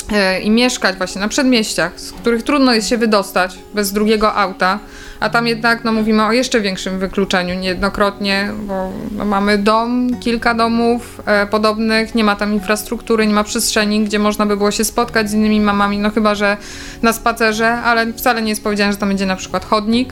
i mieszkać właśnie na przedmieściach, z których trudno jest się wydostać bez drugiego auta, a tam jednak no, mówimy o jeszcze większym wykluczeniu niejednokrotnie, bo no, mamy dom, kilka domów e, podobnych, nie ma tam infrastruktury, nie ma przestrzeni, gdzie można by było się spotkać z innymi mamami, no chyba, że na spacerze, ale wcale nie jest powiedziane, że tam będzie na przykład chodnik.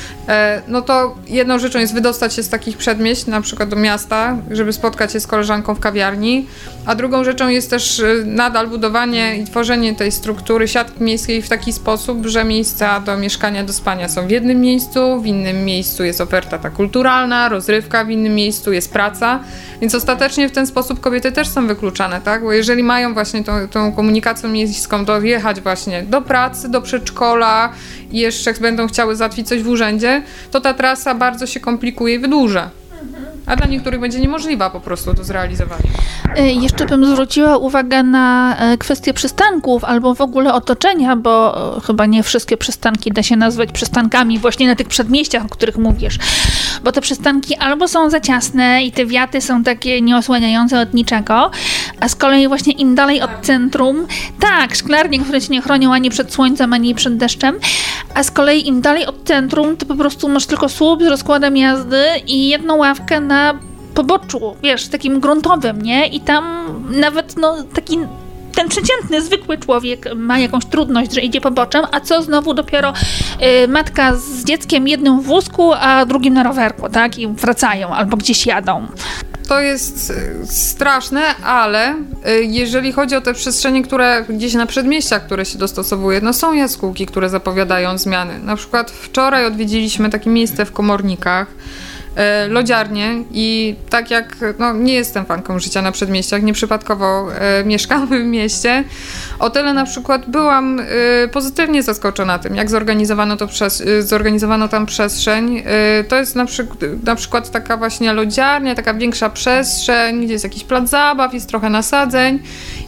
No to jedną rzeczą jest wydostać się z takich przedmieść, na przykład do miasta, żeby spotkać się z koleżanką w kawiarni, a drugą rzeczą jest też nadal budowanie i tworzenie tej struktury siatki miejskiej w taki sposób, że miejsca do mieszkania, do spania są w jednym miejscu, w innym miejscu jest oferta ta kulturalna, rozrywka, w innym miejscu jest praca, więc ostatecznie w ten sposób kobiety też są wykluczane, tak? Bo jeżeli mają właśnie tą, tą komunikacją miejską dojechać właśnie do pracy, do przedszkola i jeszcze będą chciały załatwić coś w urzędzie, to ta trasa bardzo się komplikuje i wydłuża. A dla niektórych będzie niemożliwa po prostu do zrealizowania. Jeszcze bym zwróciła uwagę na kwestię przystanków albo w ogóle otoczenia, bo chyba nie wszystkie przystanki da się nazwać przystankami właśnie na tych przedmieściach, o których mówisz. Bo te przystanki albo są za ciasne i te wiaty są takie nieosłaniające od niczego, a z kolei właśnie im dalej od centrum, tak, szklarnie, które cię nie chronią ani przed słońcem, ani przed deszczem, a z kolei im dalej od centrum, to po prostu masz tylko słup z rozkładem jazdy i jedną ławkę na poboczu, wiesz, takim gruntowym, nie? I tam nawet, no, taki ten przeciętny, zwykły człowiek ma jakąś trudność, że idzie poboczem, a co znowu dopiero y, matka z dzieckiem jednym w wózku, a drugim na rowerku, tak? I wracają albo gdzieś jadą. To jest straszne, ale jeżeli chodzi o te przestrzenie, które gdzieś na przedmieściach, które się dostosowuje, no są jaskółki, które zapowiadają zmiany. Na przykład wczoraj odwiedziliśmy takie miejsce w Komornikach, lodziarnię i tak jak, no nie jestem fanką życia na przedmieściach, nieprzypadkowo e, mieszkam w mieście, o tyle na przykład byłam e, pozytywnie zaskoczona tym, jak zorganizowano, to przez, e, zorganizowano tam przestrzeń. E, to jest na, przy, na przykład taka właśnie lodziarnia, taka większa przestrzeń, gdzie jest jakiś plac zabaw, jest trochę nasadzeń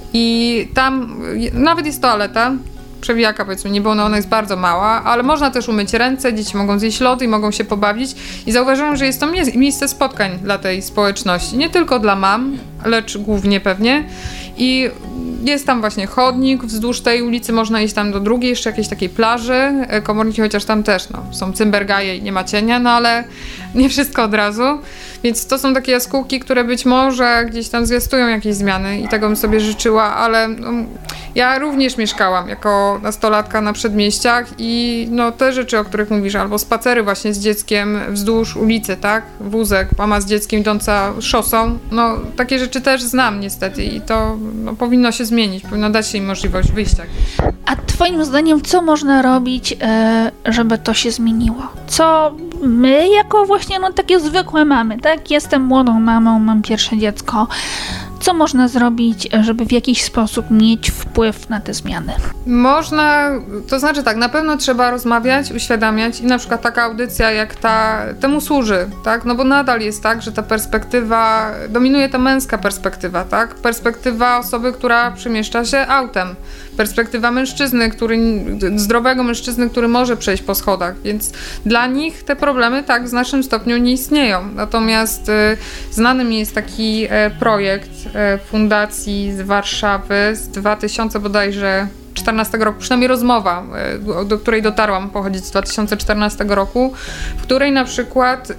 i tam nawet jest toaleta, przewijaka powiedzmy nie było, no ona jest bardzo mała, ale można też umyć ręce, dzieci mogą zjeść lody i mogą się pobawić i zauważyłam, że jest to mie- miejsce spotkań dla tej społeczności, nie tylko dla mam, lecz głównie pewnie i jest tam właśnie chodnik, wzdłuż tej ulicy można iść tam do drugiej, jeszcze jakiejś takiej plaży, Komorniki, chociaż tam też no, są cymbergaje i nie ma cienia, no ale nie wszystko od razu, więc to są takie jaskółki, które być może gdzieś tam zwiastują jakieś zmiany i tego bym sobie życzyła, ale no, ja również mieszkałam jako nastolatka na przedmieściach i no te rzeczy, o których mówisz, albo spacery właśnie z dzieckiem wzdłuż ulicy, tak, wózek, mama z dzieckiem idąca szosą, no takie rzeczy też znam niestety i to no, powinno się zmienić, powinno dać się im możliwość wyjścia. A twoim zdaniem co można robić, żeby to się zmieniło? Co my jako właśnie no takie zwykłe mamy, tak? Jestem młodą mamą, mam pierwsze dziecko. Co można zrobić, żeby w jakiś sposób mieć wpływ na te zmiany? Można, to znaczy tak, na pewno trzeba rozmawiać, uświadamiać i na przykład taka audycja jak ta temu służy, tak? No bo nadal jest tak, że ta perspektywa, dominuje ta męska perspektywa, tak? Perspektywa osoby, która przemieszcza się autem. Perspektywa mężczyzny, który, zdrowego mężczyzny, który może przejść po schodach, więc dla nich te problemy tak w znacznym stopniu nie istnieją. Natomiast y, znany mi jest taki y, projekt y, fundacji z Warszawy z dwa tysiące bodajże czternastego roku, przynajmniej rozmowa, y, do której dotarłam, pochodzi z dwa tysiące czternastego roku, w której na przykład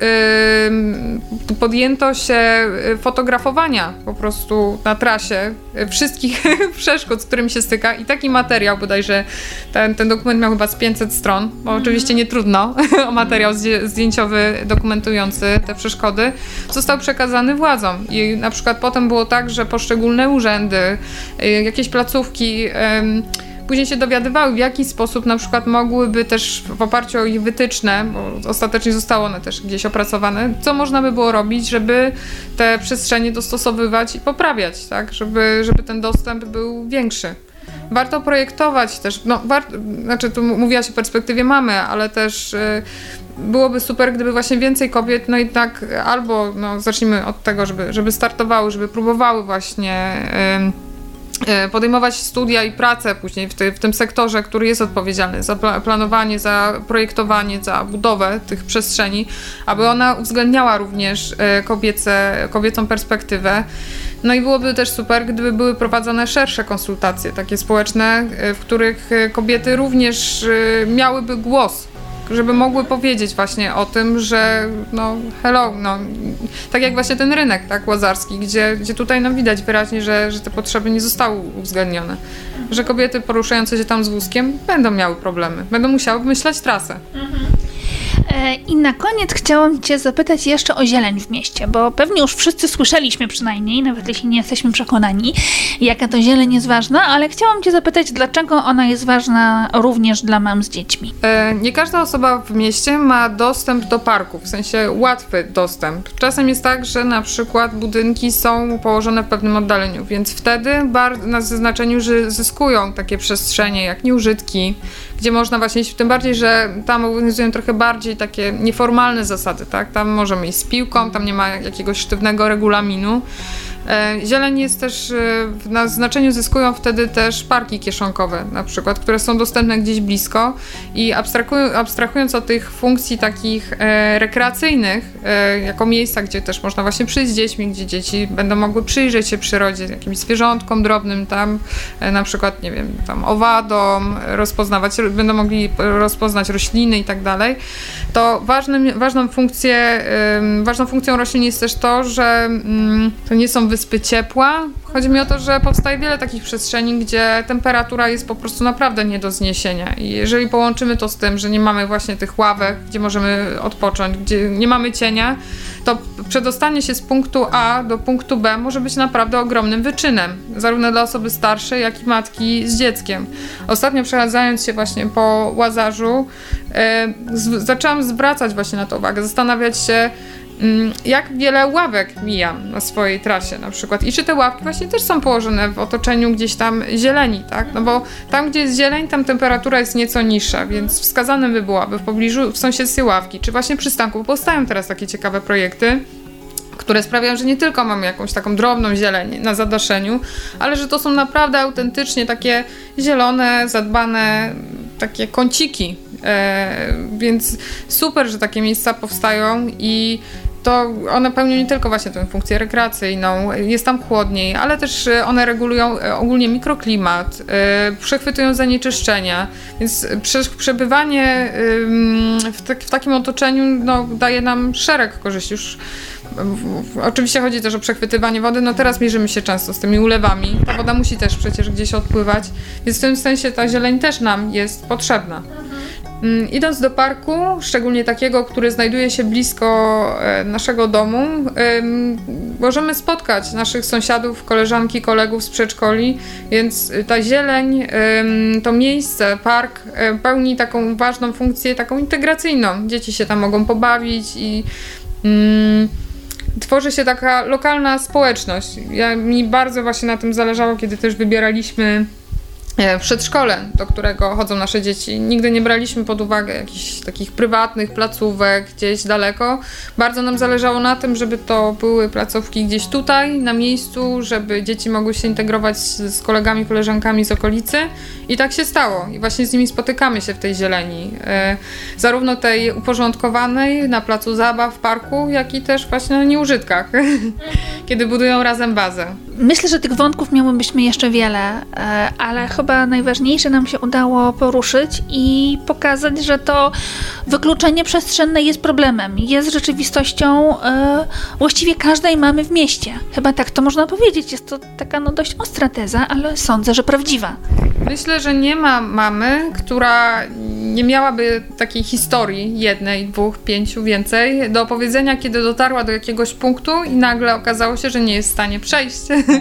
y, podjęto się fotografowania po prostu na trasie y, wszystkich przeszkód, z którymi się styka i taki materiał, bodajże ten, ten dokument miał chyba z pięćset stron, bo mm. oczywiście nie trudno o materiał zdjęciowy dokumentujący te przeszkody, został przekazany władzom i na przykład potem było tak, że poszczególne urzędy, y, jakieś placówki y, później się dowiadywały, w jaki sposób na przykład mogłyby też w oparciu o ich wytyczne, bo ostatecznie zostało one też gdzieś opracowane, co można by było robić, żeby te przestrzenie dostosowywać i poprawiać, tak, żeby, żeby ten dostęp był większy. Warto projektować też, no warto, znaczy tu mówiłaś o perspektywie mamy, ale też y, byłoby super, gdyby właśnie więcej kobiet, no i tak albo, no zacznijmy od tego, żeby, żeby startowały, żeby próbowały właśnie y, podejmować studia i pracę później w, ty, w tym sektorze, który jest odpowiedzialny za planowanie, za projektowanie, za budowę tych przestrzeni, aby ona uwzględniała również kobiece, kobiecą perspektywę. No i byłoby też super, gdyby były prowadzone szersze konsultacje, takie społeczne, w których kobiety również miałyby głos, żeby mogły powiedzieć właśnie o tym, że no hello, no tak jak właśnie ten rynek, tak, łazarski, gdzie, gdzie tutaj no widać wyraźnie, że, że te potrzeby nie zostały uwzględnione, że kobiety poruszające się tam z wózkiem będą miały problemy, będą musiały wymyślać trasę. Mhm. I na koniec chciałam Cię zapytać jeszcze o zieleń w mieście, bo pewnie już wszyscy słyszeliśmy przynajmniej, nawet jeśli nie jesteśmy przekonani, jaka to zieleń jest ważna, ale chciałam Cię zapytać, dlaczego ona jest ważna również dla mam z dziećmi. Nie każda osoba w mieście ma dostęp do parków, w sensie łatwy dostęp. Czasem jest tak, że na przykład budynki są położone w pewnym oddaleniu, więc wtedy bar- na zaznaczeniu, że zyskują takie przestrzenie jak nieużytki, gdzie można właśnie iść, tym bardziej, że tam obowiązują trochę bardziej takie nieformalne zasady, tak? Tam możemy iść z piłką, tam nie ma jakiegoś sztywnego regulaminu. Zieleń jest też, na znaczeniu zyskują wtedy też parki kieszonkowe na przykład, które są dostępne gdzieś blisko i abstrahując od tych funkcji takich e, rekreacyjnych, e, jako miejsca, gdzie też można właśnie przyjść z dziećmi, gdzie dzieci będą mogły przyjrzeć się przyrodzie, jakimś zwierzątkom drobnym tam, e, na przykład, nie wiem, tam owadom, rozpoznawać, będą mogli rozpoznać rośliny i tak dalej, to ważnym, ważną funkcję, e, ważną funkcją roślin jest też to, że mm, to nie są wyspy ciepła. Chodzi mi o to, że powstaje wiele takich przestrzeni, gdzie temperatura jest po prostu naprawdę nie do zniesienia. I jeżeli połączymy to z tym, że nie mamy właśnie tych ławek, gdzie możemy odpocząć, gdzie nie mamy cienia, to przedostanie się z punktu A do punktu B może być naprawdę ogromnym wyczynem, zarówno dla osoby starszej, jak i matki z dzieckiem. Ostatnio przechadzając się właśnie po Łazarzu, e, z, zaczęłam zwracać właśnie na to uwagę, zastanawiać się, jak wiele ławek mijam na swojej trasie na przykład i czy te ławki właśnie też są położone w otoczeniu gdzieś tam zieleni, tak? No bo tam, gdzie jest zieleń, tam temperatura jest nieco niższa, więc wskazane by było, aby w pobliżu, w sąsiedztwie ławki, czy właśnie przystanku, bo powstają teraz takie ciekawe projekty, które sprawiają, że nie tylko mamy jakąś taką drobną zieleń na zadaszeniu, ale że to są naprawdę autentycznie takie zielone, zadbane takie kąciki, e, więc super, że takie miejsca powstają i to one pełnią nie tylko właśnie tę funkcję rekreacyjną, jest tam chłodniej, ale też one regulują ogólnie mikroklimat, yy, przechwytują zanieczyszczenia, więc prze, przebywanie yy, w, tak, w takim otoczeniu no, daje nam szereg korzyści. Już oczywiście chodzi też o przechwytywanie wody, no teraz mierzymy się często z tymi ulewami, ta woda musi też przecież gdzieś odpływać, więc w tym sensie ta zieleń też nam jest potrzebna. Idąc do parku, szczególnie takiego, który znajduje się blisko naszego domu, możemy spotkać naszych sąsiadów, koleżanki, kolegów z przedszkoli, więc ta zieleń, to miejsce, park pełni taką ważną funkcję, taką integracyjną. Dzieci się tam mogą pobawić i mm, tworzy się taka lokalna społeczność. Ja, mi bardzo właśnie na tym zależało, kiedy też wybieraliśmy w przedszkole, do którego chodzą nasze dzieci. Nigdy nie braliśmy pod uwagę jakichś takich prywatnych placówek gdzieś daleko. Bardzo nam zależało na tym, żeby to były placówki gdzieś tutaj, na miejscu, żeby dzieci mogły się integrować z, z kolegami, koleżankami z okolicy i tak się stało. I właśnie z nimi spotykamy się w tej zieleni. E, zarówno tej uporządkowanej na placu zabaw, w parku, jak i też właśnie na nieużytkach, kiedy budują razem bazę. Myślę, że tych wątków miałybyśmy jeszcze wiele, ale chyba najważniejsze nam się udało poruszyć i pokazać, że to wykluczenie przestrzenne jest problemem, jest rzeczywistością e, właściwie każdej mamy w mieście. Chyba tak to można powiedzieć. Jest to taka no dość ostra teza, ale sądzę, że prawdziwa. Myślę, że nie ma mamy, która nie miałaby takiej historii, jednej, dwóch, pięciu, więcej, do opowiedzenia, kiedy dotarła do jakiegoś punktu i nagle okazało się, że nie jest w stanie przejść.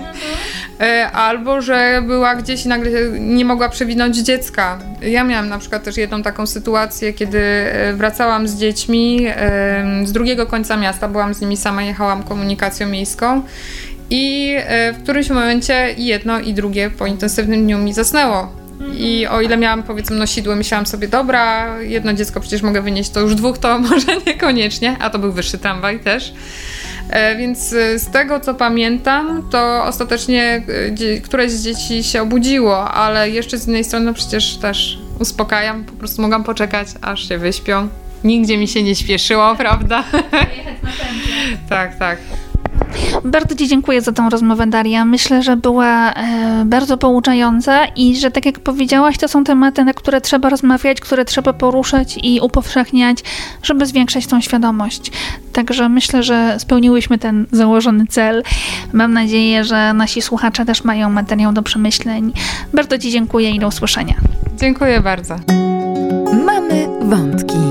Albo, że była gdzieś i nagle nie mogła przewinąć dziecka. Ja miałam na przykład też jedną taką sytuację, kiedy wracałam z dziećmi z drugiego końca miasta, byłam z nimi sama, jechałam komunikacją miejską i w którymś momencie i jedno i drugie po intensywnym dniu mi zasnęło. I o ile miałam, powiedzmy, nosidło, myślałam sobie, dobra, jedno dziecko przecież mogę wynieść, to już dwóch to może niekoniecznie, a to był wyższy tramwaj też. E, więc e, z tego, co pamiętam, to ostatecznie e, dzie- któreś z dzieci się obudziło, ale jeszcze z innej strony przecież też uspokajam, po prostu mogłam poczekać, aż się wyśpią. Nigdzie mi się nie śpieszyło, prawda? Jechać na pędzie. Tak, tak. Bardzo Ci dziękuję za tą rozmowę, Daria. Myślę, że była e, bardzo pouczająca i że tak jak powiedziałaś, to są tematy, na które trzeba rozmawiać, które trzeba poruszać i upowszechniać, żeby zwiększać tą świadomość. Także myślę, że spełniłyśmy ten założony cel. Mam nadzieję, że nasi słuchacze też mają materiał do przemyśleń. Bardzo Ci dziękuję i do usłyszenia. Dziękuję bardzo. Mamy wątki.